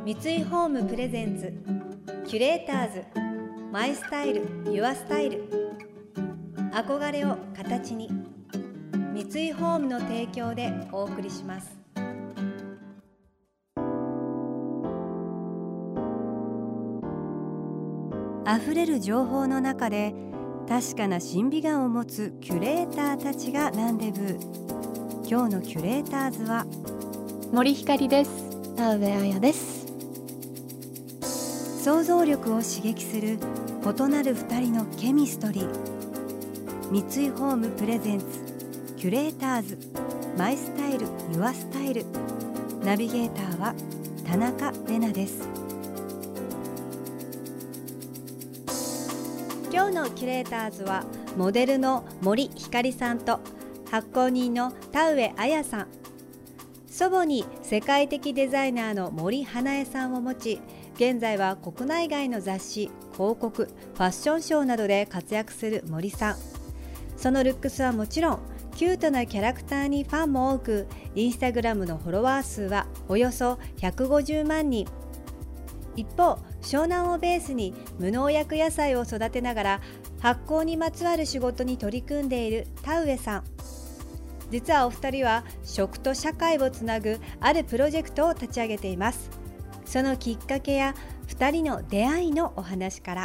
三井ホームプレゼンツキュレーターズマイスタイルユアスタイル、憧れを形に、三井ホームの提供でお送りします。あふれる情報の中で確かな審美眼を持つキュレーターたちがランデブー。今日のキュレーターズは森ひかりです。田上彩です。 想像力を刺激する異なる2人のケミストリー。三井ホームプレゼンツキュレーターズマイスタイルユアスタイル、ナビゲーターは田中れなです。今日のキュレーターズはモデルの森ひかりさんと発行人の田上彩さん。祖母に世界的デザイナーの森英恵さんを持ち、現在は国内外の雑誌、広告、ファッションショーなどで活躍する森さん。そのルックスはもちろんキュートなキャラクターにファンも多く、インスタグラムのフォロワー数はおよそ150万人。一方、湘南をベースに無農薬野菜を育てながら発酵にまつわる仕事に取り組んでいる田上さん。実はお二人は食と社会をつなぐあるプロジェクトを立ち上げています。そのきっかけや2人の出会いのお話から。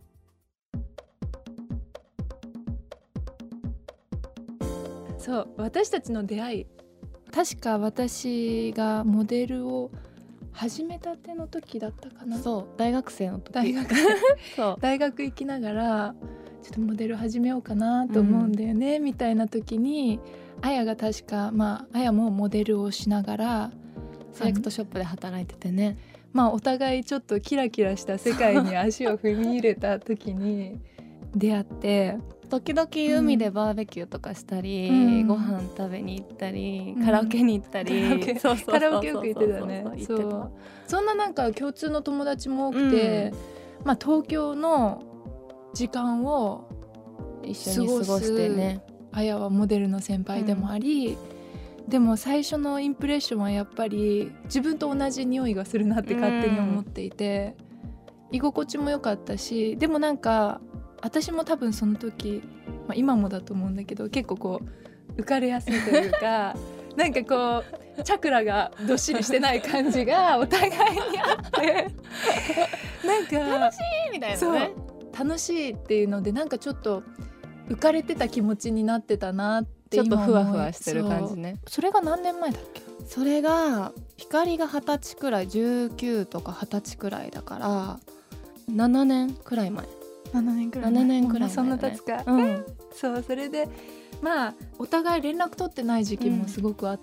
そう、私たちの出会い、確か私がモデルを始めたての時だったかな。 そう、大学生の時。 そう大学行きながらちょっとモデル始めようかなと思うんだよね、みたいな時にあやが確か、あやもモデルをしながらセレクトショップで働いててね、 お互いちょっとキラキラした世界に足を踏み入れた時に出会って時々海でバーベキューとかしたり、ご飯食べに行ったり、カラオケに行ったり、 カラオケよく行ってたね。そんななんか共通の友達も多くて、東京の時間を一緒に過ごしてね。 あやはモデルの先輩でもあり、でも最初のインプレッションはやっぱり自分と同じ匂いがするなって勝手に思っていて、居心地も良かったし、でもなんか私も多分その時、今もだと思うんだけど、結構こう浮かれやすいというかなんかこうチャクラがどっしりしてない感じがお互いにあってなんか楽しいみたいなね。 そう楽しいっていうので、なんかちょっと浮かれてた気持ちになってたなって今思う。 ちょっとふわふわしてる感じね。 それが何年前だっけ？ それが光が20歳くらい、19とか20歳くらいだから7年くらい前。 7年くらい前、そんな経つか、そう、それでお互い連絡取ってない時期もすごくあって、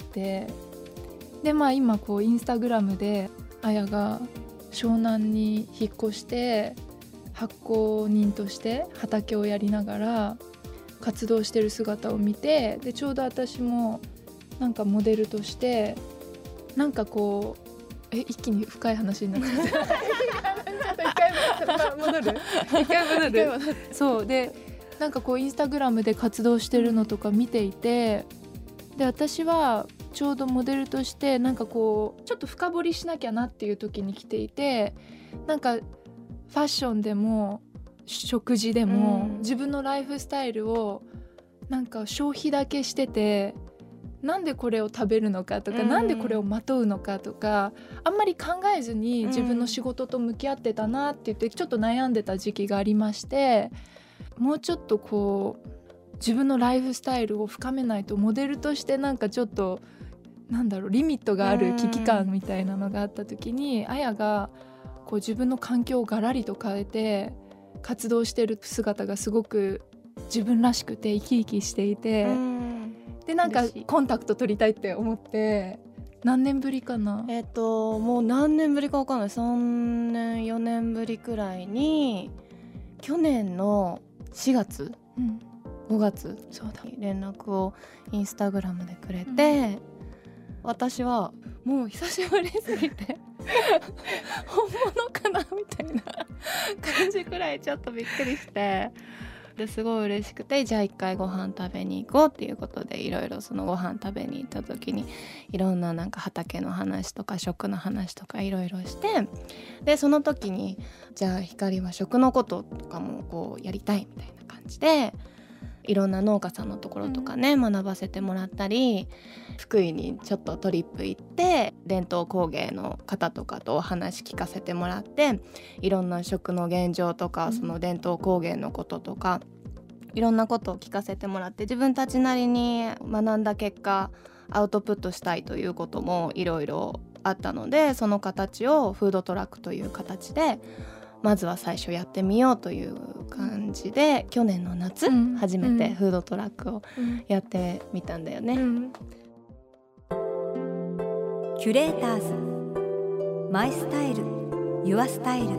で今こうインスタグラムであやが湘南に引っ越して発酵人として畑をやりながら活動してる姿を見て、でちょうど私もなんかモデルとしてなんかこう一気に深い話になっちゃった戻るそうで、なんかこうインスタグラムで活動してるのとか見ていて、で私はちょうどモデルとしてなんかこうちょっと深掘りしなきゃなっていう時に来ていて、なんかファッションでも食事でも、自分のライフスタイルをなんか消費だけしてて、なんでこれを食べるのかとか、なんでこれをまとうのかとか、あんまり考えずに自分の仕事と向き合ってたなって言ってちょっと悩んでた時期がありまして、もうちょっとこう自分のライフスタイルを深めないとモデルとしてなんかちょっとリミットがある危機感みたいなのがあった時に、あやがこう自分の環境をガラリと変えて活動してる姿がすごく自分らしくて生き生きしていて、でなんかコンタクト取りたいって思って、何年ぶりかな、 もう何年ぶりか分かんない、3年4年ぶりくらいに去年の4月、5月に連絡をインスタグラムでくれて、私はもう久しぶりすぎて本物かなみたいな感じくらいちょっとびっくりして、 ってすごい嬉しくて、じゃあ一回ご飯食べに行こうっていうことで、いろいろそのご飯食べに行った時にいろんななんか畑の話とか食の話とかいろいろして、でその時にじゃあ光は食のこととかもこうやりたいみたいな感じで、いろんな農家さんのところとかね、学ばせてもらったり、福井にちょっとトリップ行って伝統工芸の方とかとお話聞かせてもらって、いろんな食の現状とかその伝統工芸のこととかいろんなことを聞かせてもらって、自分たちなりに学んだ結果アウトプットしたいということもいろいろあったので、その形をフードトラックという形でまずは最初やってみようという感じで、去年の夏、初めてフードトラックをやってみたんだよね、 キュレーターズマイスタイルユアスタイル。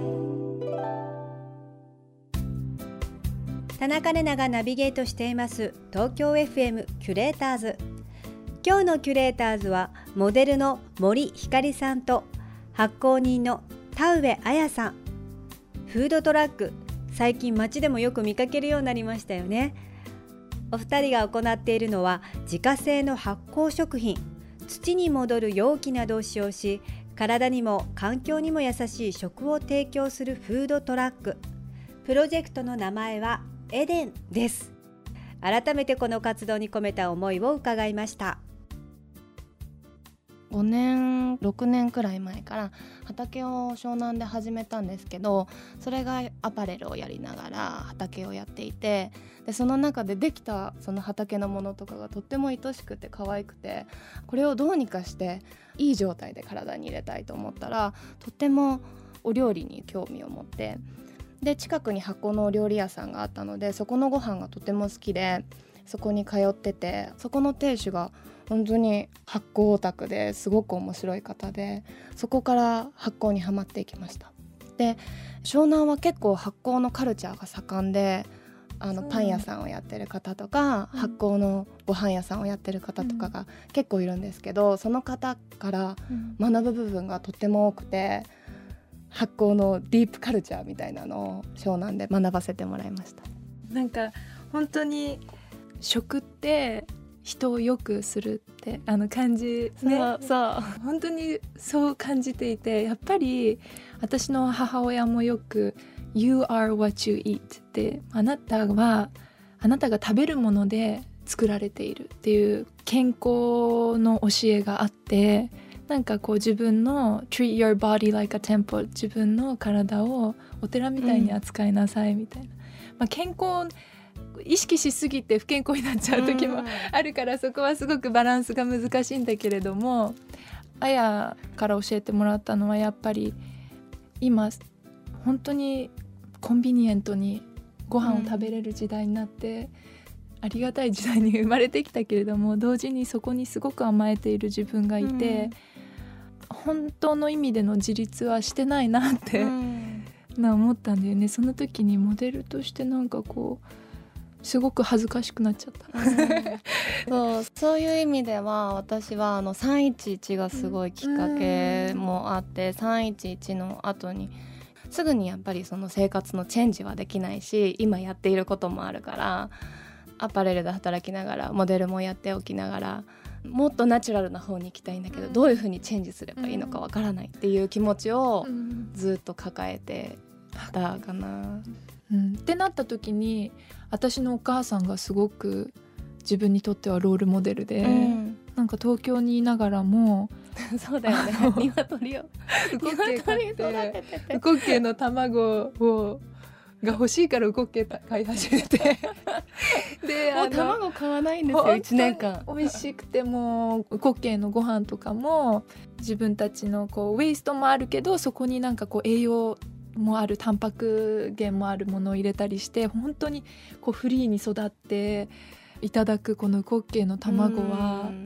田中玲奈がナビゲートしています東京 FM キュレーターズ。今日のキュレーターズはモデルの森ひかりさんと発行人の田上彩さん。フードトラック、最近街でもよく見かけるようになりましたよね。お二人が行っているのは自家製の発酵食品、土に戻る容器などを使用し、体にも環境にも優しい食を提供するフードトラック。プロジェクトの名前はエデンです。改めてこの活動に込めた思いを伺いました。 5年6年くらい前から畑を湘南で始めたんですけど、それがアパレルをやりながら畑をやっていて、でその中でできたその畑のものとかがとっても愛しくて可愛くて、これをどうにかしていい状態で体に入れたいと思ったら、とってもお料理に興味を持って、で近くに発酵のお料理屋さんがあったので、そこのご飯がとても好きでそこに通ってて、そこの亭主が本当に発酵オタクですごく面白い方で、そこから発酵にはまっていきました。で湘南は結構発酵のカルチャーが盛んで、パン屋さんをやってる方とか、発酵のご飯屋さんをやってる方とかが結構いるんですけど、その方から学ぶ部分がとっても多くて、発酵のディープカルチャーみたいなのを湘南で学ばせてもらいました。 なんか本当に食って人を良くするって感じね。そう本当にそう感じていて、やっぱり私の母親もよく You are what you eat って、あなたが食べるもので作られているっていう健康の教えがあって、なんかこう自分の treat your body like a temple、 自分の体をお寺みたいに扱いなさいみたいな、健康意識しすぎて不健康になっちゃう時もあるから、そこはすごくバランスが難しいんだけれども、あやから教えてもらったのは、やっぱり今本当にコンビニエントにご飯を食べれる時代になって、ありがたい時代に生まれてきたけれども、同時にそこにすごく甘えている自分がいて、本当の意味での自立はしてないなって思ったんだよね。その時にモデルとしてなんかこうすごく恥ずかしくなっちゃった、 そういう意味では私は311がすごいきっかけもあって、311の後にすぐにやっぱりその生活のチェンジはできないし、今やっていることもあるから、アパレルで働きながらモデルもやっておきながら、もっとナチュラルな方に行きたいんだけど、どういう風にチェンジすればいいのかわからないっていう気持ちをずっと抱えてたかな、 ってなった時に、私のお母さんがすごく自分にとってはロールモデルで、なんか東京にいながらもそうだよね、鶏をウコッケイの卵が欲しいからウコッケイ買い始めてでもう卵買わないんですよ、1年間。 美味しくて、もうウコッケイのご飯とかも自分たちのこうウェイストもあるけど、そこになんかこう栄養もある、タンパク源もあるものを入れたりして、本当にこうフリーに育っていただくこのウコッケイの卵は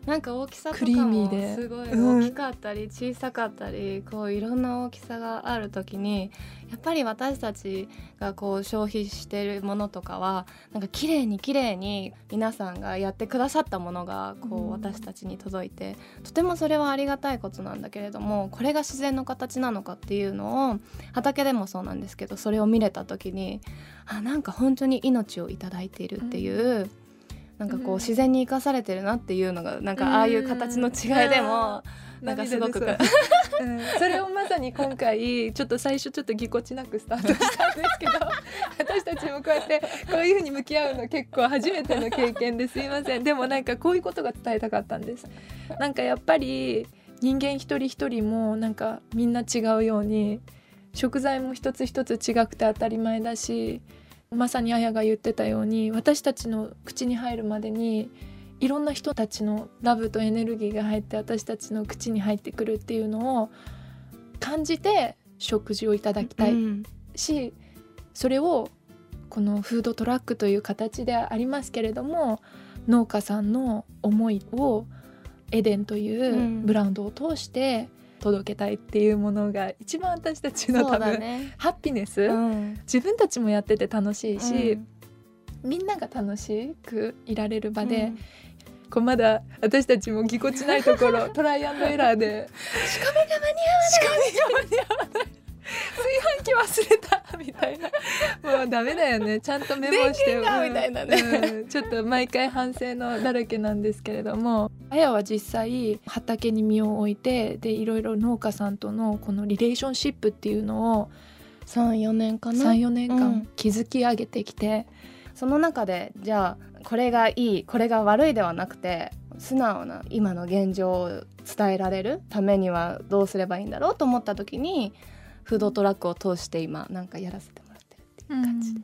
なんか大きさとかクリーミもーですごい大きかったり小さかったり、こういろんな大きさがある時にやっぱり私たちがこう消費しているものとかはなんか綺麗に皆さんがやってくださったものがこう私たちに届いて、とてもそれはありがたいことなんだけれども、これが自然の形なのかっていうのを畑でもそうなんですけど、それを見れた時になんか本当に命をいただいているっていう、なんかこう自然に生かされてるなっていうのがなんかああいう形の違いでもなんかすごくそれをまさに今回ちょっと最初ちょっとぎこちなくスタートしたんですけど私たちもこうやってこういうふうに向き合うの結構初めての経験ですいません。でもなんかこういうことが伝えたかったんです。なんかやっぱり人間一人一人もなんかみんな違うように、食材も一つ一つ違くて当たり前だし、まさにあやが言ってたように私たちの口に入るまでにいろんな人たちのラブとエネルギーが入って私たちの口に入ってくるっていうのを感じて食事をいただきたいし、それをこのフードトラックという形でありますけれども、農家さんの思いをエデンというブランドを通して届けたいっていうものが一番私たちの多分、ハッピネス、自分たちもやってて楽しいし、みんなが楽しくいられる場で、こうまだ私たちもぎこちないところトライアンドエラーで仕込みが間に合わない炊飯器忘れたみたいな、もうダメだよね、ちゃんとメモしてみたいなね、ちょっと毎回反省のだらけなんですけれども、あやは実際畑に身を置いて、でいろいろ農家さんとのこのリレーションシップっていうのを 3,4 年間築き上げてきて、 その中でじゃあこれがいいこれが悪いではなくて、素直な今の現状を伝えられるためにはどうすればいいんだろうと思った時に、フードトラックを通して今なんかやらせてもらってるっていう感じです。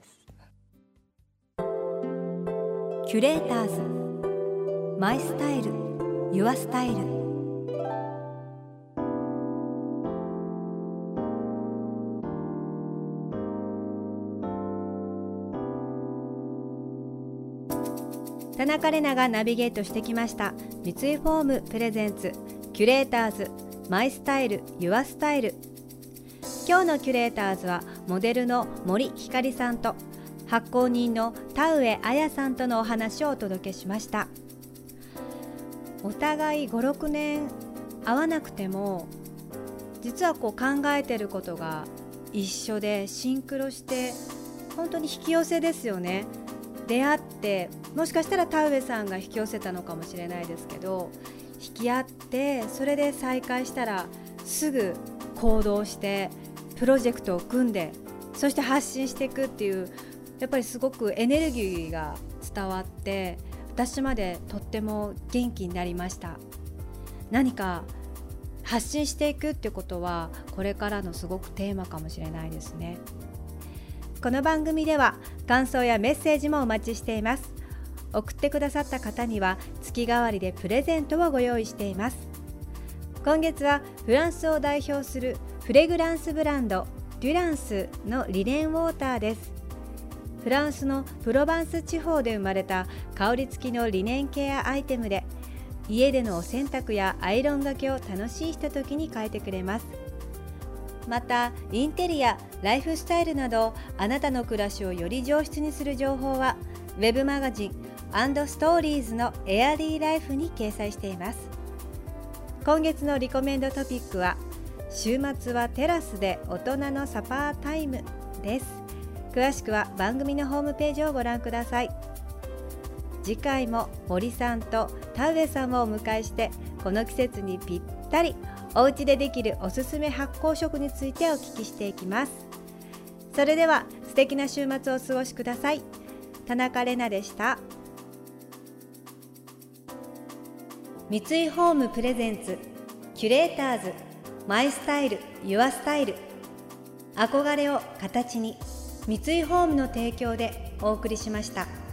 キュレーターズマイスタイルユアスタイル。田中玲奈がナビゲートしてきました三井フォームプレゼンツキュレーターズマイスタイルユアスタイル。今日のキュレーターズはモデルの森ひかりさんと発行人の田上彩さんとのお話をお届けしました。お互い 5,6 年会わなくても実はこう考えてることが一緒でシンクロして、本当に引き寄せですよね。出会って、もしかしたら田上さんが引き寄せたのかもしれないですけど、引き合って、それで再会したらすぐ行動してプロジェクトを組んで、そして発信していくっていう、やっぱりすごくエネルギーが伝わって、私までとっても元気になりました。何か発信していくってことはこれからのすごくテーマかもしれないですね。この番組では感想やメッセージもお待ちしています。送ってくださった方には月替わりでプレゼントをご用意しています。今月はフランスを代表するフレグランスブランドデュランスのリネンウォーターです。フランスのプロバンス地方で生まれた香り付きのリネンケアアイテムで、家でのお洗濯やアイロンがけを楽しいひとときに変えてくれます。またインテリア、ライフスタイルなどあなたの暮らしをより上質にする情報はウェブマガジン&ストーリーズのエアリーライフに掲載しています。今月のリコメンドトピックは週末はテラスで大人のサパータイムです。詳しくは番組のホームページをご覧ください。次回も森さんと田上さんをお迎えして、この季節にぴったりお家でできるおすすめ発酵食についてお聞きしていきます。それでは素敵な週末をお過ごしください。田中玲奈でした。三井ホームプレゼンツキュレーターズマイスタイルユアスタイル。憧れを形に、三井ホームの提供でお送りしました。